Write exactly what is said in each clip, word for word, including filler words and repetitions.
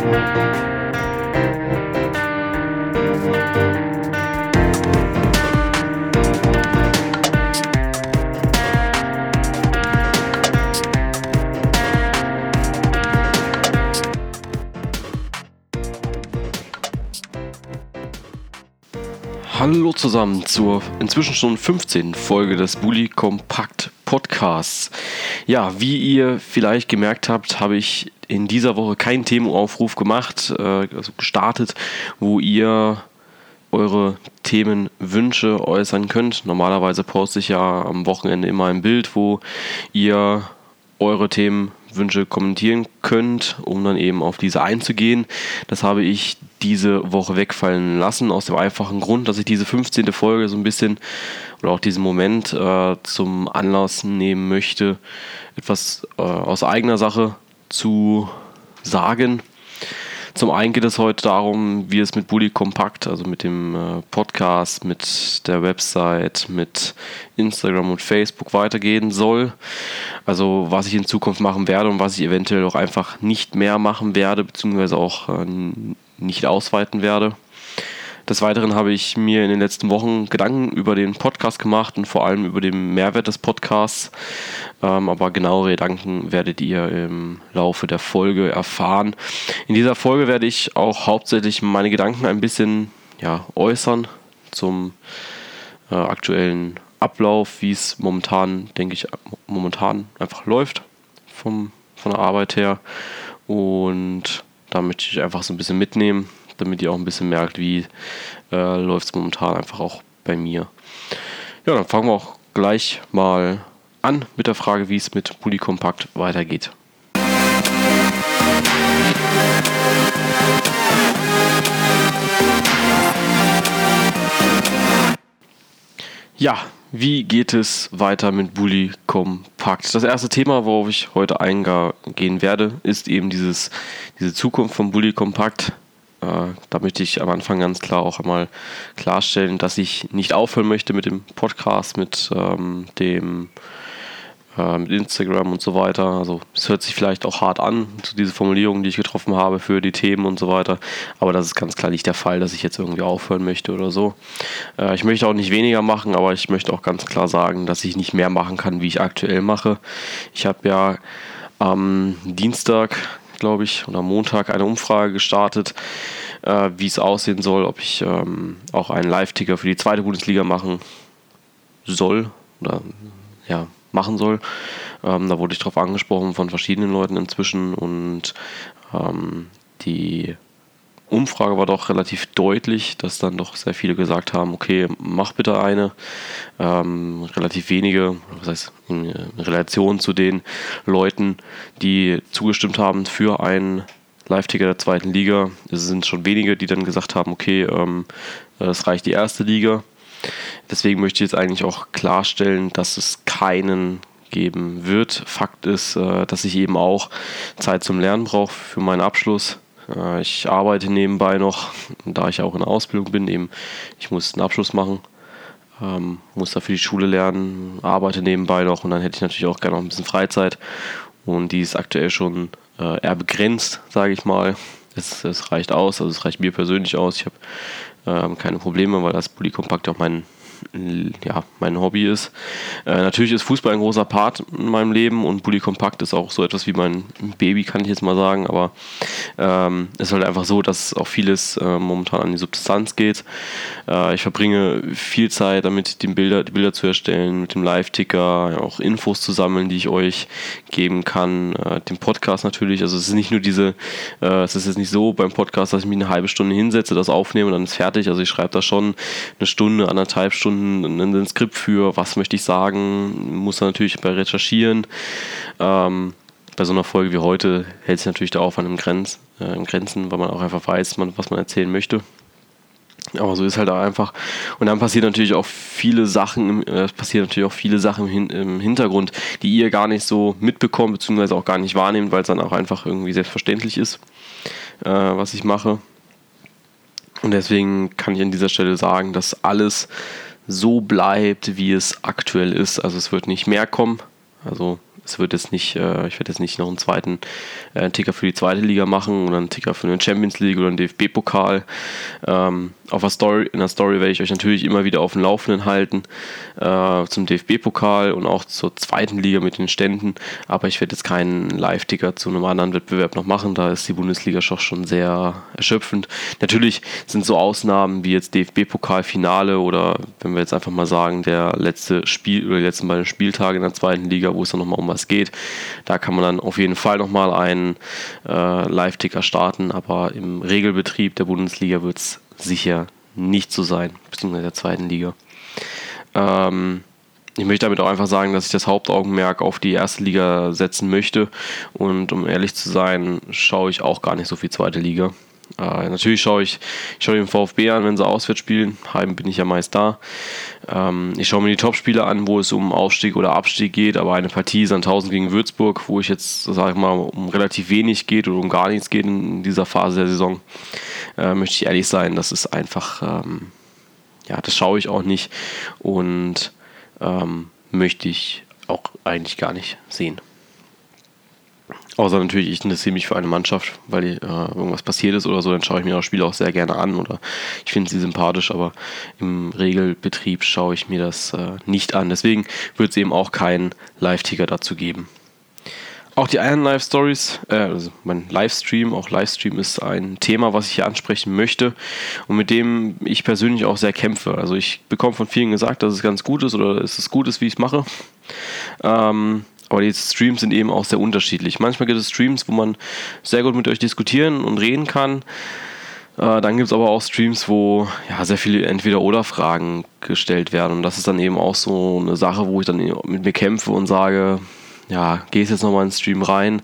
Hallo zusammen zur inzwischen schon fünfzehnten Folge des Bully Compact Podcasts. Ja, wie ihr vielleicht gemerkt habt, habe ich in dieser Woche keinen Themenaufruf gemacht, äh, also gestartet, wo ihr eure Themenwünsche äußern könnt. Normalerweise poste ich ja am Wochenende immer ein Bild, wo ihr eure Themenwünsche kommentieren könnt, um dann eben auf diese einzugehen. Das habe ich diese Woche wegfallen lassen, aus dem einfachen Grund, dass ich diese fünfzehnte Folge so ein bisschen oder auch diesen Moment äh, zum Anlass nehmen möchte, etwas äh, aus eigener Sache zu sagen. Zum einen geht es heute darum, wie es mit Bully Compact, also mit dem äh, Podcast, mit der Website, mit Instagram und Facebook weitergehen soll. Also was ich in Zukunft machen werde und was ich eventuell auch einfach nicht mehr machen werde, beziehungsweise auch äh, nicht ausweiten werde. Des Weiteren habe ich mir in den letzten Wochen Gedanken über den Podcast gemacht und vor allem über den Mehrwert des Podcasts. Ähm, aber genauere Gedanken werdet ihr im Laufe der Folge erfahren. In dieser Folge werde ich auch hauptsächlich meine Gedanken ein bisschen ja, äußern zum äh, aktuellen Ablauf, wie es momentan, denke ich, momentan einfach läuft vom, von der Arbeit her. Und da möchte ich einfach so ein bisschen mitnehmen, damit ihr auch ein bisschen merkt, wie äh, läuft es momentan einfach auch bei mir. Ja, dann fangen wir auch gleich mal an mit der Frage, wie es mit Bully Compact weitergeht. Ja, wie geht es weiter mit Bully Compact? Das erste Thema, worauf ich heute eingehen werde, ist eben dieses, diese Zukunft von Bully Compact. Äh, da möchte ich am Anfang ganz klar auch einmal klarstellen, dass ich nicht aufhören möchte mit dem Podcast, mit ähm, dem äh, mit Instagram und so weiter. Also es hört sich vielleicht auch hart an, zu diese Formulierungen, die ich getroffen habe für die Themen und so weiter. Aber das ist ganz klar nicht der Fall, dass ich jetzt irgendwie aufhören möchte oder so. Äh, ich möchte auch nicht weniger machen, aber ich möchte auch ganz klar sagen, dass ich nicht mehr machen kann, wie ich aktuell mache. Ich habe ja am Dienstag, glaube ich, oder am Montag eine Umfrage gestartet, äh, wie es aussehen soll, ob ich ähm, auch einen Live-Ticker für die zweite Bundesliga machen soll oder ja, machen soll. Ähm, da wurde ich darauf angesprochen von verschiedenen Leuten inzwischen und ähm, die Umfrage war doch relativ deutlich, dass dann doch sehr viele gesagt haben, okay, mach bitte eine. Ähm, relativ wenige, was heißt in, in Relation zu den Leuten, die zugestimmt haben für einen Live-Ticker der zweiten Liga. Es sind schon wenige, die dann gesagt haben, okay, ähm, es reicht die erste Liga. Deswegen möchte ich jetzt eigentlich auch klarstellen, dass es keinen geben wird. Fakt ist, äh, dass ich eben auch Zeit zum Lernen brauche für meinen Abschluss. Ich arbeite nebenbei noch, da ich auch in der Ausbildung bin, eben ich muss einen Abschluss machen, ähm, muss dafür die Schule lernen, arbeite nebenbei noch und dann hätte ich natürlich auch gerne noch ein bisschen Freizeit und die ist aktuell schon äh, eher begrenzt, sage ich mal. Es, es reicht aus, also es reicht mir persönlich aus. Ich habe ähm, keine Probleme, weil das Bully Compact auch mein ja, mein Hobby ist. Äh, natürlich ist Fußball ein großer Part in meinem Leben und Bully Compact ist auch so etwas wie mein Baby, kann ich jetzt mal sagen, aber ähm, es ist halt einfach so, dass auch vieles äh, momentan an die Substanz geht. Äh, ich verbringe viel Zeit damit, die Bilder, die Bilder zu erstellen, mit dem Live-Ticker, auch Infos zu sammeln, die ich euch geben kann, äh, den Podcast natürlich, also es ist nicht nur diese, äh, es ist jetzt nicht so beim Podcast, dass ich mich eine halbe Stunde hinsetze, das aufnehme und dann ist fertig, also ich schreibe da schon eine Stunde, anderthalb Stunden ein Skript für, was möchte ich sagen, muss da natürlich bei recherchieren. Ähm, bei so einer Folge wie heute hält sich natürlich der Aufwand im, Grenz, äh, im Grenzen, weil man auch einfach weiß, man, was man erzählen möchte. Aber so ist halt auch einfach. Und dann passiert natürlich auch viele Sachen, äh, passieren natürlich auch viele Sachen im, im Hintergrund, die ihr gar nicht so mitbekommt, beziehungsweise auch gar nicht wahrnehmt, weil es dann auch einfach irgendwie selbstverständlich ist, äh, was ich mache. Und deswegen kann ich an dieser Stelle sagen, dass alles so bleibt, wie es aktuell ist. Also es wird nicht mehr kommen. Also Es wird jetzt nicht, äh, ich werde jetzt nicht noch einen zweiten äh, Ticker für die zweite Liga machen oder einen Ticker für eine Champions League oder einen D F B-Pokal. Ähm, auf der Story, in der Story werde ich euch natürlich immer wieder auf dem Laufenden halten äh, zum D F B-Pokal und auch zur zweiten Liga mit den Ständen. Aber ich werde jetzt keinen Live-Ticker zu einem anderen Wettbewerb noch machen. Da ist die Bundesliga schon sehr erschöpfend. Natürlich sind so Ausnahmen wie jetzt D F B-Pokal-Finale oder wenn wir jetzt einfach mal sagen, der letzte Spiel oder die letzten beiden Spieltage in der zweiten Liga, wo es dann nochmal um was geht. Da kann man dann auf jeden Fall nochmal einen äh, Live-Ticker starten, aber im Regelbetrieb der Bundesliga wird es sicher nicht so sein, beziehungsweise der zweiten Liga. Ähm, ich möchte damit auch einfach sagen, dass ich das Hauptaugenmerk auf die erste Liga setzen möchte und um ehrlich zu sein, schaue ich auch gar nicht so viel zweite Liga. Äh, natürlich schaue ich, ich schaue den VfB an, wenn sie auswärts spielen. Heim bin ich ja meist da. Ähm, ich schaue mir die Topspiele an, wo es um Aufstieg oder Abstieg geht, aber eine Partie Sandhausen gegen Würzburg, wo ich jetzt, sage ich mal, um relativ wenig geht oder um gar nichts geht in dieser Phase der Saison, äh, möchte ich ehrlich sein, das ist einfach, ähm, ja, das schaue ich auch nicht und ähm, möchte ich auch eigentlich gar nicht sehen. Außer natürlich, ich interessiere mich für eine Mannschaft, weil äh, irgendwas passiert ist oder so, dann schaue ich mir das Spiel auch sehr gerne an oder ich finde sie sympathisch, aber im Regelbetrieb schaue ich mir das äh, nicht an. Deswegen wird es eben auch keinen Live-Ticker dazu geben. Auch die Iron Live Stories, äh, also mein Livestream, auch Livestream ist ein Thema, was ich hier ansprechen möchte und mit dem ich persönlich auch sehr kämpfe. Also ich bekomme von vielen gesagt, dass es ganz gut ist oder dass es gut ist, wie ich es mache. Ähm, Aber die Streams sind eben auch sehr unterschiedlich. Manchmal gibt es Streams, wo man sehr gut mit euch diskutieren und reden kann. Äh, dann gibt es aber auch Streams, wo ja, sehr viele Entweder-Oder-Fragen gestellt werden. Und das ist dann eben auch so eine Sache, wo ich dann mit mir kämpfe und sage, ja, gehst jetzt nochmal in den Stream rein,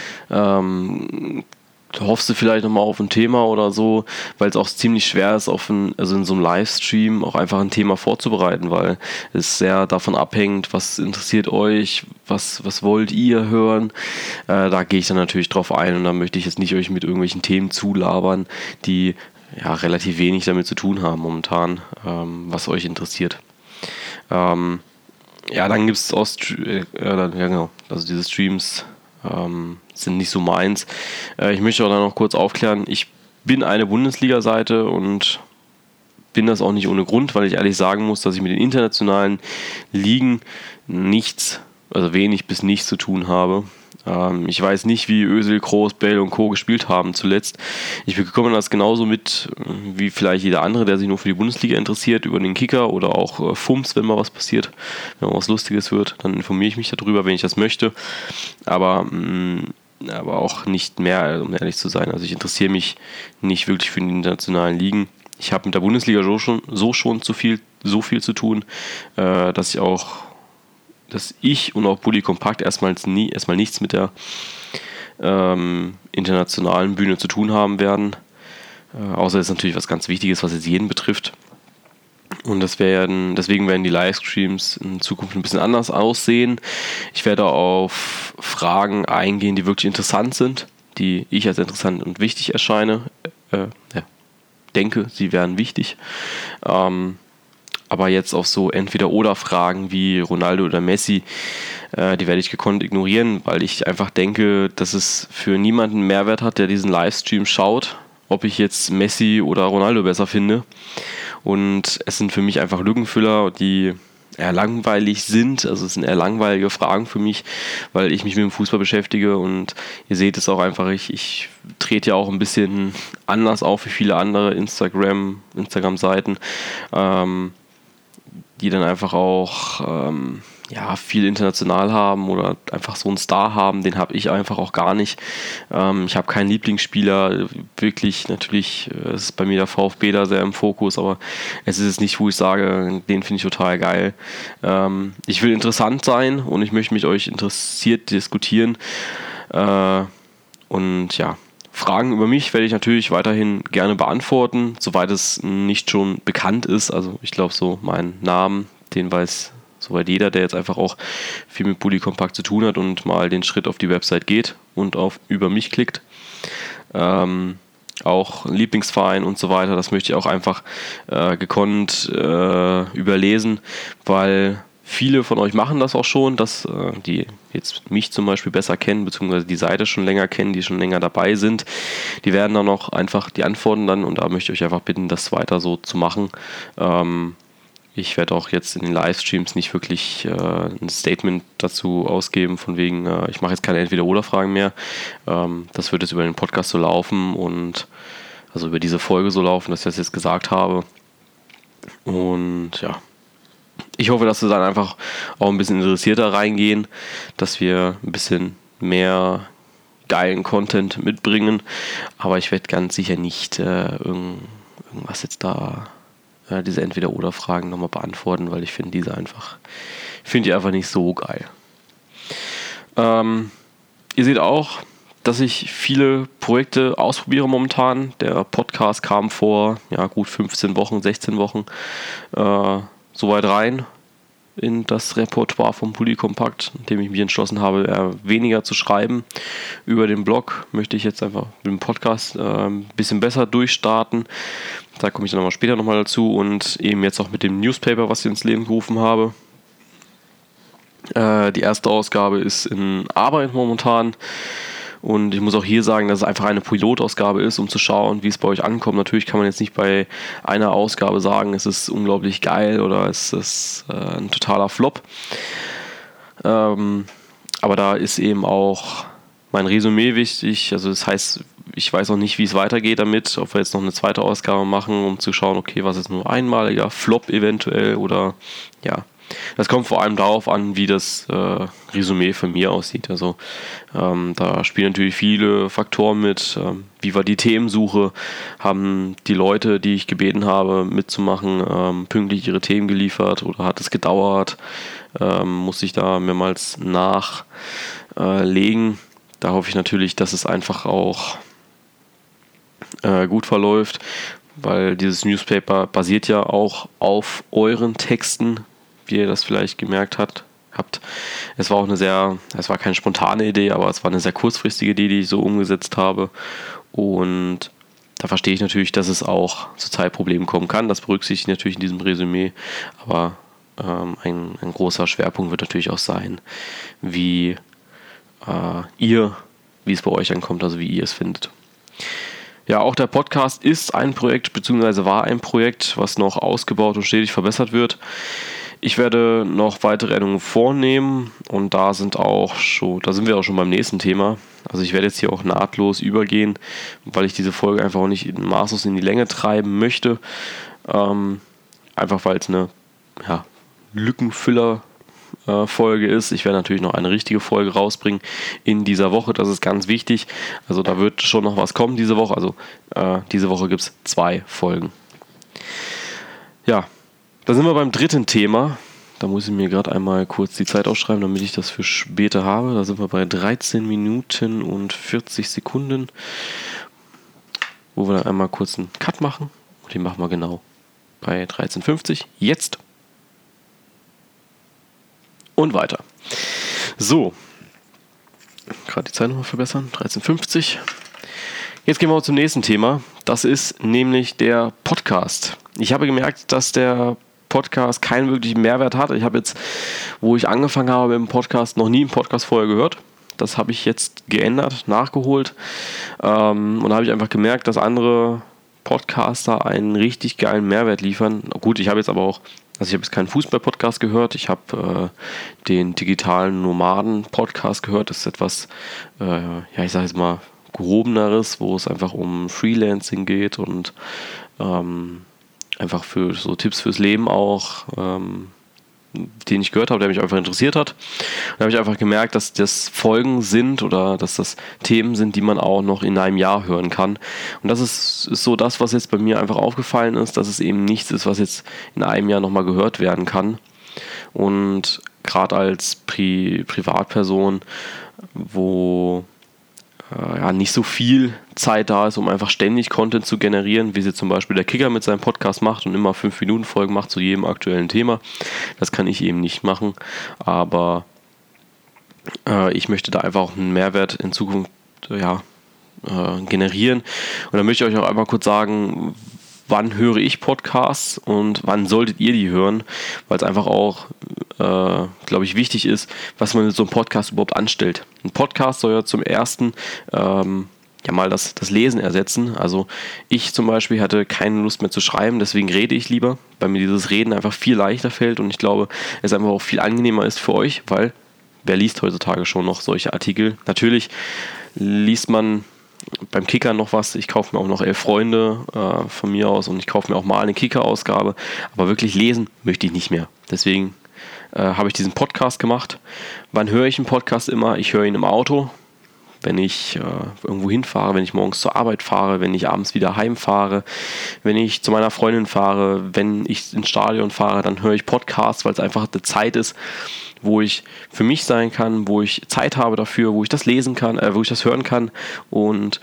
ähm, hoffst du vielleicht nochmal auf ein Thema oder so, weil es auch ziemlich schwer ist, auf ein, also in so einem Livestream auch einfach ein Thema vorzubereiten, weil es sehr davon abhängt, was interessiert euch, was, was wollt ihr hören. Äh, da gehe ich dann natürlich drauf ein und da möchte ich jetzt nicht euch mit irgendwelchen Themen zulabern, die ja relativ wenig damit zu tun haben momentan, ähm, was euch interessiert. Ähm, ja, dann gibt es auch, äh, ja genau, also diese Streams Ähm, sind nicht so meins. Äh, ich möchte auch dann noch kurz aufklären, ich bin eine Bundesliga-Seite und bin das auch nicht ohne Grund, weil ich ehrlich sagen muss, dass ich mit den internationalen Ligen nichts, also wenig bis nichts zu tun habe. Ähm, ich weiß nicht, wie Özil, Kroos, Bale und Co. gespielt haben zuletzt. Ich bekomme das genauso mit, wie vielleicht jeder andere, der sich nur für die Bundesliga interessiert, über den Kicker oder auch äh, Fums, wenn mal was passiert, wenn mal was Lustiges wird, dann informiere ich mich darüber, wenn ich das möchte. Aber, mh, aber auch nicht mehr, um ehrlich zu sein. Also ich interessiere mich nicht wirklich für die internationalen Ligen. Ich habe mit der Bundesliga so schon, so schon zu viel, so viel zu tun, äh, dass ich auch dass ich und auch Bully Compact erstmal, nie, erstmal nichts mit der ähm, internationalen Bühne zu tun haben werden. Äh, außer es ist natürlich was ganz Wichtiges, was jetzt jeden betrifft. Und das werden, deswegen werden die Livestreams in Zukunft ein bisschen anders aussehen. Ich werde auf Fragen eingehen, die wirklich interessant sind, die ich als interessant und wichtig erscheine. Äh, ja, denke, sie wären wichtig. Ähm, Aber jetzt auf so Entweder-Oder-Fragen wie Ronaldo oder Messi, äh, die werde ich gekonnt ignorieren, weil ich einfach denke, dass es für niemanden Mehrwert hat, der diesen Livestream schaut, ob ich jetzt Messi oder Ronaldo besser finde. Und es sind für mich einfach Lückenfüller, die eher langweilig sind. Also es sind eher langweilige Fragen für mich, weil ich mich mit dem Fußball beschäftige und ihr seht es auch einfach, ich, ich trete ja auch ein bisschen anders auf wie viele andere Instagram, Instagram-Seiten. Ähm, die dann einfach auch ähm, ja, viel international haben oder einfach so einen Star haben, den habe ich einfach auch gar nicht. Ähm, ich habe keinen Lieblingsspieler, wirklich, natürlich äh, ist bei mir der VfB da sehr im Fokus, aber es ist jetzt nicht, wo ich sage, den finde ich total geil. Ähm, ich will interessant sein und ich möchte mit euch interessiert diskutieren äh, und ja, Fragen über mich werde ich natürlich weiterhin gerne beantworten, soweit es nicht schon bekannt ist. Also ich glaube so meinen Namen, den weiß soweit jeder, der jetzt einfach auch viel mit Bully Compact zu tun hat und mal den Schritt auf die Website geht und auf über mich klickt. Ähm, auch Lieblingsverein und so weiter, das möchte ich auch einfach äh, gekonnt äh, überlesen, weil viele von euch machen das auch schon, dass äh, die jetzt mich zum Beispiel besser kennen, beziehungsweise die Seite schon länger kennen, die schon länger dabei sind. Die werden dann noch einfach die Antworten dann, und da möchte ich euch einfach bitten, das weiter so zu machen. Ähm, ich werde auch jetzt in den Livestreams nicht wirklich äh, ein Statement dazu ausgeben, von wegen, äh, ich mache jetzt keine Entweder-Oder-Fragen mehr. Ähm, das wird jetzt über den Podcast so laufen und also über diese Folge so laufen, dass ich das jetzt gesagt habe. Und ja, ich hoffe, dass wir dann einfach auch ein bisschen interessierter reingehen, dass wir ein bisschen mehr geilen Content mitbringen. Aber ich werde ganz sicher nicht äh, irgend, irgendwas jetzt da, äh, diese Entweder-Oder-Fragen nochmal beantworten, weil ich finde diese einfach, finde die einfach nicht so geil. Ähm, ihr seht auch, dass ich viele Projekte ausprobiere momentan. Der Podcast kam vor ja, gut fünfzehn Wochen, sechzehn Wochen äh, soweit rein in das Repertoire vom Bully Compact, indem ich mich entschlossen habe, eher weniger zu schreiben. Über den Blog möchte ich jetzt einfach mit dem Podcast äh, ein bisschen besser durchstarten. Da komme ich dann aber später nochmal dazu und eben jetzt auch mit dem Newspaper, was ich ins Leben gerufen habe. Äh, die erste Ausgabe ist in Arbeit momentan. Und ich muss auch hier sagen, dass es einfach eine Pilotausgabe ist, um zu schauen, wie es bei euch ankommt. Natürlich kann man jetzt nicht bei einer Ausgabe sagen, es ist unglaublich geil oder es ist äh, ein totaler Flop. Ähm, aber da ist eben auch mein Resümee wichtig. Also das heißt, ich weiß noch nicht, wie es weitergeht damit, ob wir jetzt noch eine zweite Ausgabe machen, um zu schauen, okay, was ist nur einmaliger Flop eventuell oder ja. Das kommt vor allem darauf an, wie das äh, Resümee von mir aussieht. Also ähm, da spielen natürlich viele Faktoren mit. Ähm, wie war die Themensuche? Haben die Leute, die ich gebeten habe, mitzumachen, ähm, pünktlich ihre Themen geliefert oder hat es gedauert? Ähm, muss ich da mehrmals nachlegen? Äh, da hoffe ich natürlich, dass es einfach auch äh, gut verläuft, weil dieses Newspaper basiert ja auch auf euren Texten, wie ihr das vielleicht gemerkt habt. habt. Es war auch eine sehr, es war keine spontane Idee, aber es war eine sehr kurzfristige Idee, die ich so umgesetzt habe. Und da verstehe ich natürlich, dass es auch zu Zeitproblemen kommen kann. Das berücksichtige ich natürlich in diesem Resümee. Aber ähm, ein, ein großer Schwerpunkt wird natürlich auch sein, wie äh, ihr, wie es bei euch ankommt, also wie ihr es findet. Ja, auch der Podcast ist ein Projekt, beziehungsweise war ein Projekt, was noch ausgebaut und stetig verbessert wird. Ich werde noch weitere Änderungen vornehmen und da sind auch schon, da sind wir auch schon beim nächsten Thema. Also ich werde jetzt hier auch nahtlos übergehen, weil ich diese Folge einfach auch nicht in maßlos in die Länge treiben möchte. Ähm, einfach weil es eine ja, Lückenfüller-Folge ist. Ich werde natürlich noch eine richtige Folge rausbringen in dieser Woche, das ist ganz wichtig. Also da wird schon noch was kommen diese Woche. Also äh, diese Woche gibt es zwei Folgen. Ja. Da sind wir beim dritten Thema. Da muss ich mir gerade einmal kurz die Zeit aufschreiben, damit ich das für später habe. Da sind wir bei dreizehn Minuten und vierzig Sekunden, wo wir dann einmal kurz einen Cut machen. Und den machen wir genau bei dreizehn fünfzig. Jetzt. Und weiter. So. Gerade die Zeit nochmal verbessern. dreizehn fünfzig. Jetzt gehen wir zum nächsten Thema. Das ist nämlich der Podcast. Ich habe gemerkt, dass der Podcast keinen wirklichen Mehrwert hat. Ich habe jetzt, wo ich angefangen habe mit dem Podcast, noch nie einen Podcast vorher gehört. Das habe ich jetzt geändert, nachgeholt. Ähm, und da habe ich einfach gemerkt, dass andere Podcaster einen richtig geilen Mehrwert liefern. Gut, ich habe jetzt aber auch, also ich habe jetzt keinen Fußball-Podcast gehört. Ich habe äh, den digitalen Nomaden-Podcast gehört. Das ist etwas, äh, ja, ich sage jetzt mal, gehobeneres, wo es einfach um Freelancing geht und ähm, einfach für so Tipps fürs Leben auch, ähm, den ich gehört habe, der mich einfach interessiert hat. Da habe ich einfach gemerkt, dass das Folgen sind oder dass das Themen sind, die man auch noch in einem Jahr hören kann. Und das ist, ist so das, was jetzt bei mir einfach aufgefallen ist, dass es eben nichts ist, was jetzt in einem Jahr nochmal gehört werden kann. Und gerade als Pri- Privatperson, wo ja, nicht so viel Zeit da ist, um einfach ständig Content zu generieren, wie sie zum Beispiel der Kicker mit seinem Podcast macht und immer fünf Minuten Folgen macht zu jedem aktuellen Thema. Das kann ich eben nicht machen, aber äh, ich möchte da einfach auch einen Mehrwert in Zukunft ja, äh, generieren. Und da möchte ich euch auch einmal kurz sagen, wann höre ich Podcasts und wann solltet ihr die hören, weil es einfach auch, äh, glaube ich, wichtig ist, was man mit so einem Podcast überhaupt anstellt. Ein Podcast soll ja zum ersten ähm, ja mal das, das Lesen ersetzen. Also ich zum Beispiel hatte keine Lust mehr zu schreiben, deswegen rede ich lieber, weil mir dieses Reden einfach viel leichter fällt und ich glaube, es einfach auch viel angenehmer ist für euch, weil wer liest heutzutage schon noch solche Artikel? Natürlich liest man beim Kicker noch was, ich kaufe mir auch noch elf Freunde äh, von mir aus und ich kaufe mir auch mal eine Kicker-Ausgabe, aber wirklich lesen möchte ich nicht mehr. Deswegen äh, habe ich diesen Podcast gemacht. Wann höre ich einen Podcast immer? Ich höre ihn im Auto, wenn ich äh, irgendwo hinfahre, wenn ich morgens zur Arbeit fahre, wenn ich abends wieder heimfahre, wenn ich zu meiner Freundin fahre, wenn ich ins Stadion fahre, dann höre ich Podcasts, weil es einfach eine Zeit ist, wo ich für mich sein kann, wo ich Zeit habe dafür, wo ich das lesen kann, äh, wo ich das hören kann und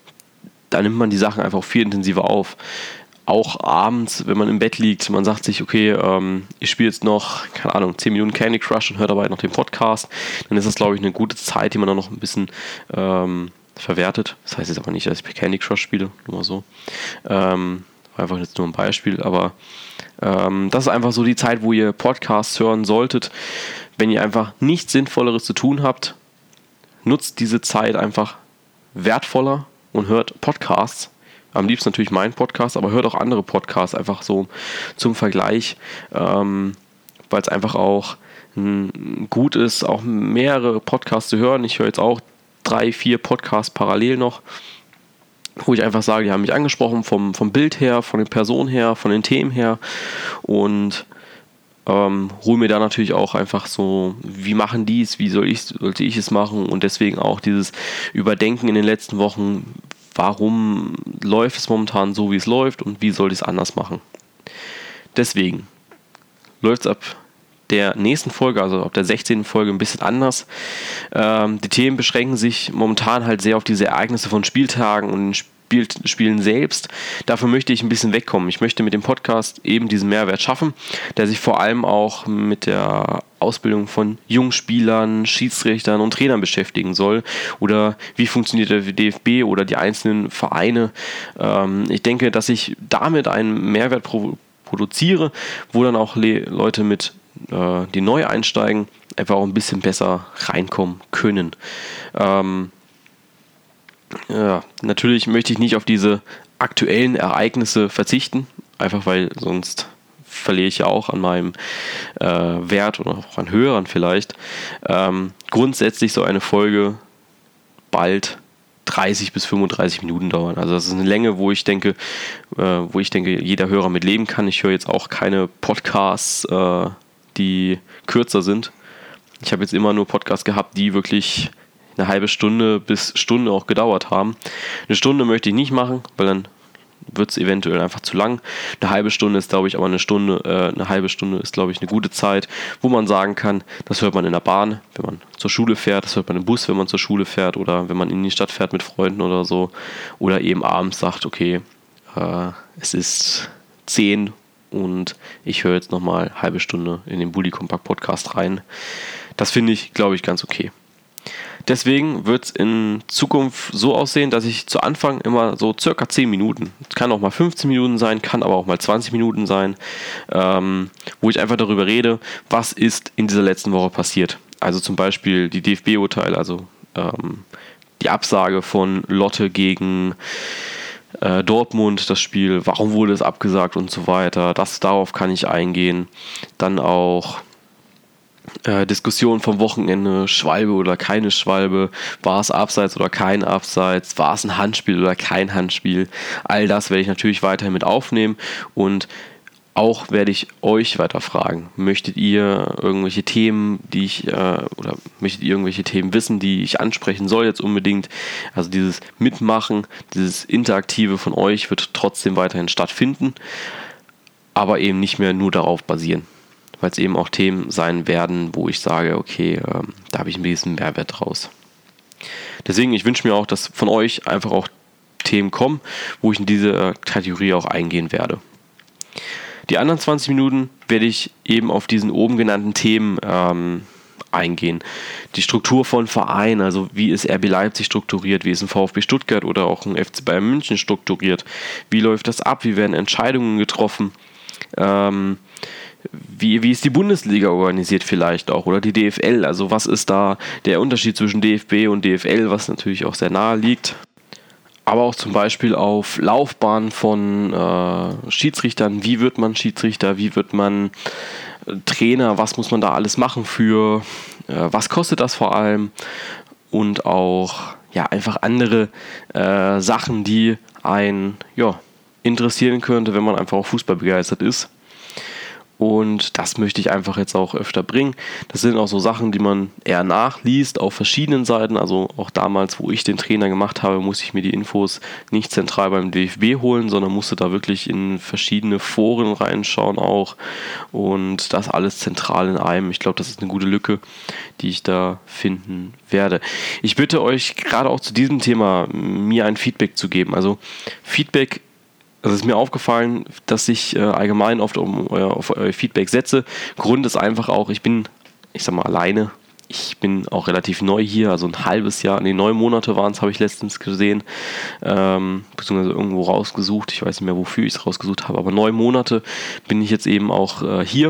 da nimmt man die Sachen einfach viel intensiver auf. Auch abends, wenn man im Bett liegt, man sagt sich, okay, ähm, ich spiele jetzt noch, keine Ahnung, zehn Minuten Candy Crush und höre dabei noch den Podcast, dann ist das, glaube ich, eine gute Zeit, die man dann noch ein bisschen ähm, verwertet. Das heißt jetzt aber nicht, dass ich Candy Crush spiele, nur mal so. Ähm, war einfach jetzt nur ein Beispiel, aber ähm, das ist einfach so die Zeit, wo ihr Podcasts hören solltet. Wenn ihr einfach nichts Sinnvolleres zu tun habt, nutzt diese Zeit einfach wertvoller und hört Podcasts. Am liebsten natürlich meinen Podcast, aber hört auch andere Podcasts einfach so zum Vergleich, ähm, weil es einfach auch mh, gut ist, auch mehrere Podcasts zu hören. Ich höre jetzt auch drei, vier Podcasts parallel noch, wo ich einfach sage, die haben mich angesprochen vom, vom Bild her, von den Personen her, von den Themen her und ähm, hole mir da natürlich auch einfach so, wie machen die es, wie soll ich, sollte ich es machen und deswegen auch dieses Überdenken in den letzten Wochen, warum läuft es momentan so, wie es läuft und wie soll ich es anders machen. Deswegen läuft es ab der nächsten Folge, also ab der sechzehnten Folge ein bisschen anders. Ähm, die Themen beschränken sich momentan halt sehr auf diese Ereignisse von Spieltagen und Spiel, Spielen selbst. Dafür möchte ich ein bisschen wegkommen. Ich möchte mit dem Podcast eben diesen Mehrwert schaffen, der sich vor allem auch mit der Ausbildung von Jungspielern, Schiedsrichtern und Trainern beschäftigen soll oder wie funktioniert der D F B oder die einzelnen Vereine. Ähm, ich denke, dass ich damit einen Mehrwert pro- produziere, wo dann auch Le- Leute mit, äh, die neu einsteigen, einfach auch ein bisschen besser reinkommen können. Ähm, ja, natürlich möchte ich nicht auf diese aktuellen Ereignisse verzichten, einfach weil sonst verliere ich ja auch an meinem äh, Wert oder auch an Hörern vielleicht. Ähm, grundsätzlich soll eine Folge bald dreißig bis fünfunddreißig Minuten dauern. Also das ist eine Länge, wo ich denke, äh, wo ich denke, jeder Hörer mit leben kann. Ich höre jetzt auch keine Podcasts, äh, die kürzer sind. Ich habe jetzt immer nur Podcasts gehabt, die wirklich eine halbe Stunde bis Stunde auch gedauert haben. Eine Stunde möchte ich nicht machen, weil dann wird es eventuell einfach zu lang. Eine halbe Stunde ist, glaube ich, aber eine Stunde, äh, eine halbe Stunde ist, glaube ich, eine gute Zeit, wo man sagen kann, das hört man in der Bahn, wenn man zur Schule fährt, das hört man im Bus, wenn man zur Schule fährt oder wenn man in die Stadt fährt mit Freunden oder so. Oder eben abends sagt, okay, äh, es ist zehn und ich höre jetzt nochmal eine halbe Stunde in den Bully Compact Podcast rein. Das finde ich, glaube ich, ganz okay. Deswegen wird es in Zukunft so aussehen, dass ich zu Anfang immer so circa zehn Minuten, kann auch mal fünfzehn Minuten sein, kann aber auch mal zwanzig Minuten sein, ähm, wo ich einfach darüber rede, was ist in dieser letzten Woche passiert. Also zum Beispiel die D F B-Urteile, also ähm, die Absage von Lotte gegen äh, Dortmund, das Spiel, warum wurde es abgesagt und so weiter. Das, darauf kann ich eingehen. Dann auch Äh, Diskussion vom Wochenende, Schwalbe oder keine Schwalbe, war es Abseits oder kein Abseits, war es ein Handspiel oder kein Handspiel, all das werde ich natürlich weiterhin mit aufnehmen und auch werde ich euch weiter fragen, möchtet ihr irgendwelche Themen, die ich, äh, oder möchtet ihr irgendwelche Themen wissen, die ich ansprechen soll jetzt unbedingt, also dieses Mitmachen, dieses Interaktive von euch wird trotzdem weiterhin stattfinden, aber eben nicht mehr nur darauf basieren, weil es eben auch Themen sein werden, wo ich sage, okay, ähm, da habe ich ein bisschen Mehrwert draus. Deswegen, ich wünsche mir auch, dass von euch einfach auch Themen kommen, wo ich in diese Kategorie auch eingehen werde. Die anderen zwanzig Minuten werde ich eben auf diesen oben genannten Themen ähm, eingehen. Die Struktur von Vereinen, also wie ist R B Leipzig strukturiert, wie ist ein VfB Stuttgart oder auch ein F C Bayern München strukturiert, wie läuft das ab, wie werden Entscheidungen getroffen, ähm, wie, wie ist die Bundesliga organisiert vielleicht auch oder die D F L, also was ist da der Unterschied zwischen D F B und D F L, was natürlich auch sehr nahe liegt. Aber auch zum Beispiel auf Laufbahn von äh, Schiedsrichtern. Wie wird man Schiedsrichter? Wie wird man äh, Trainer? Was muss man da alles machen für? Äh, was kostet das vor allem? Und auch ja, einfach andere äh, Sachen, die einen ja, interessieren könnte, wenn man einfach auch Fußball begeistert ist. Und das möchte ich einfach jetzt auch öfter bringen. Das sind auch so Sachen, die man eher nachliest auf verschiedenen Seiten. Also auch damals, wo ich den Trainer gemacht habe, musste ich mir die Infos nicht zentral beim D F B holen, sondern musste da wirklich in verschiedene Foren reinschauen auch. Und das alles zentral in einem. Ich glaube, das ist eine gute Lücke, die ich da finden werde. Ich bitte euch gerade auch zu diesem Thema mir ein Feedback zu geben. Also Feedback. Also es ist mir aufgefallen, dass ich äh, allgemein oft um euer, auf euer Feedback setze. Grund ist einfach auch, ich bin, ich sag mal, alleine. Ich bin auch relativ neu hier, also ein halbes Jahr, nee, neun Monate waren es, habe ich letztens gesehen, ähm, beziehungsweise irgendwo rausgesucht. Ich weiß nicht mehr, wofür ich es rausgesucht habe, aber neun Monate bin ich jetzt eben auch äh, hier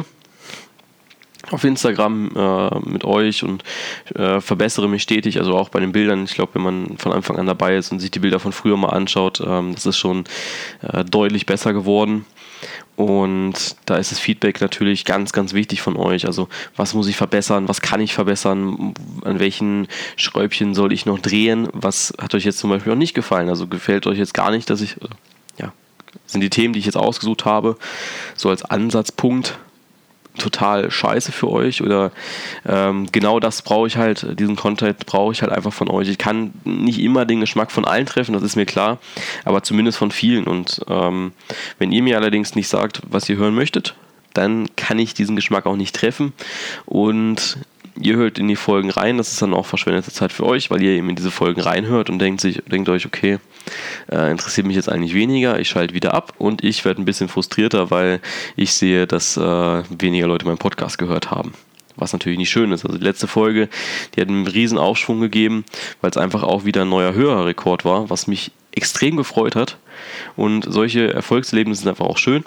auf Instagram äh, mit euch und äh, verbessere mich stetig, also auch bei den Bildern. Ich glaube, wenn man von Anfang an dabei ist und sich die Bilder von früher mal anschaut, ähm, das ist schon äh, deutlich besser geworden. Und da ist das Feedback natürlich ganz, ganz wichtig von euch. Also was muss ich verbessern, was kann ich verbessern, an welchen Schräubchen soll ich noch drehen, was hat euch jetzt zum Beispiel auch nicht gefallen, also gefällt euch jetzt gar nicht, dass ich, ja, sind die Themen, die ich jetzt ausgesucht habe, so als Ansatzpunkt total scheiße für euch oder ähm, genau das brauche ich halt, diesen Content brauche ich halt einfach von euch. Ich kann nicht immer den Geschmack von allen treffen, das ist mir klar, aber zumindest von vielen und ähm, wenn ihr mir allerdings nicht sagt, was ihr hören möchtet, dann kann ich diesen Geschmack auch nicht treffen und ihr hört in die Folgen rein, das ist dann auch verschwendete Zeit für euch, weil ihr eben in diese Folgen reinhört und denkt sich, denkt euch, okay, äh, interessiert mich jetzt eigentlich weniger, ich schalte wieder ab und ich werde ein bisschen frustrierter, weil ich sehe, dass äh, weniger Leute meinen Podcast gehört haben. Was natürlich nicht schön ist. Also die letzte Folge, die hat einen riesen Aufschwung gegeben, weil es einfach auch wieder ein neuer Hörerrekord war, was mich extrem gefreut hat. Und solche Erfolgserlebnisse sind einfach auch schön.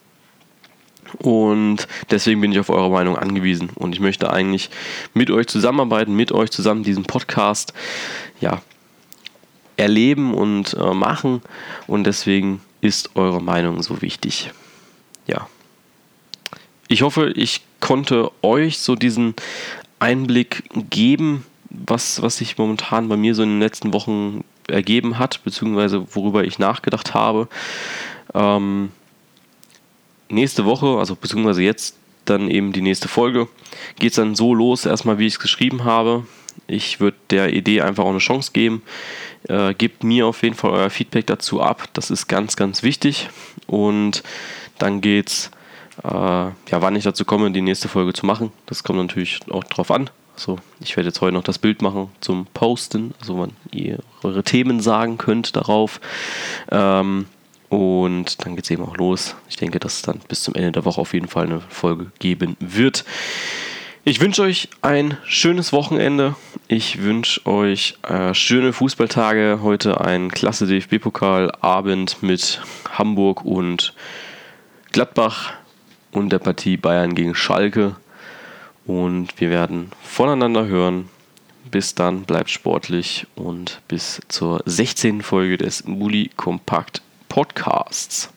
Und deswegen bin ich auf eure Meinung angewiesen. Und ich möchte eigentlich mit euch zusammenarbeiten, mit euch zusammen diesen Podcast ja, erleben und äh, machen. Und deswegen ist eure Meinung so wichtig. Ja. Ich hoffe, ich konnte euch so diesen Einblick geben, was, was sich momentan bei mir so in den letzten Wochen ergeben hat, beziehungsweise worüber ich nachgedacht habe. Ähm, nächste Woche, also beziehungsweise jetzt dann eben die nächste Folge, geht es dann so los, erstmal wie ich es geschrieben habe. Ich würde der Idee einfach auch eine Chance geben. Äh, gebt mir auf jeden Fall euer Feedback dazu ab. Das ist ganz, ganz wichtig. Und dann geht's, äh, ja, wann ich dazu komme, die nächste Folge zu machen. Das kommt natürlich auch drauf an. Also ich werde jetzt heute noch das Bild machen zum Posten, also wann ihr eure Themen sagen könnt darauf. Ähm, Und dann geht es eben auch los. Ich denke, dass es dann bis zum Ende der Woche auf jeden Fall eine Folge geben wird. Ich wünsche euch ein schönes Wochenende. Ich wünsche euch äh, schöne Fußballtage. Heute ein klasse D F B-Pokal-Abend mit Hamburg und Gladbach und der Partie Bayern gegen Schalke. Und wir werden voneinander hören. Bis dann, bleibt sportlich und bis zur sechzehnten Folge des Bully Kompakt Podcasts.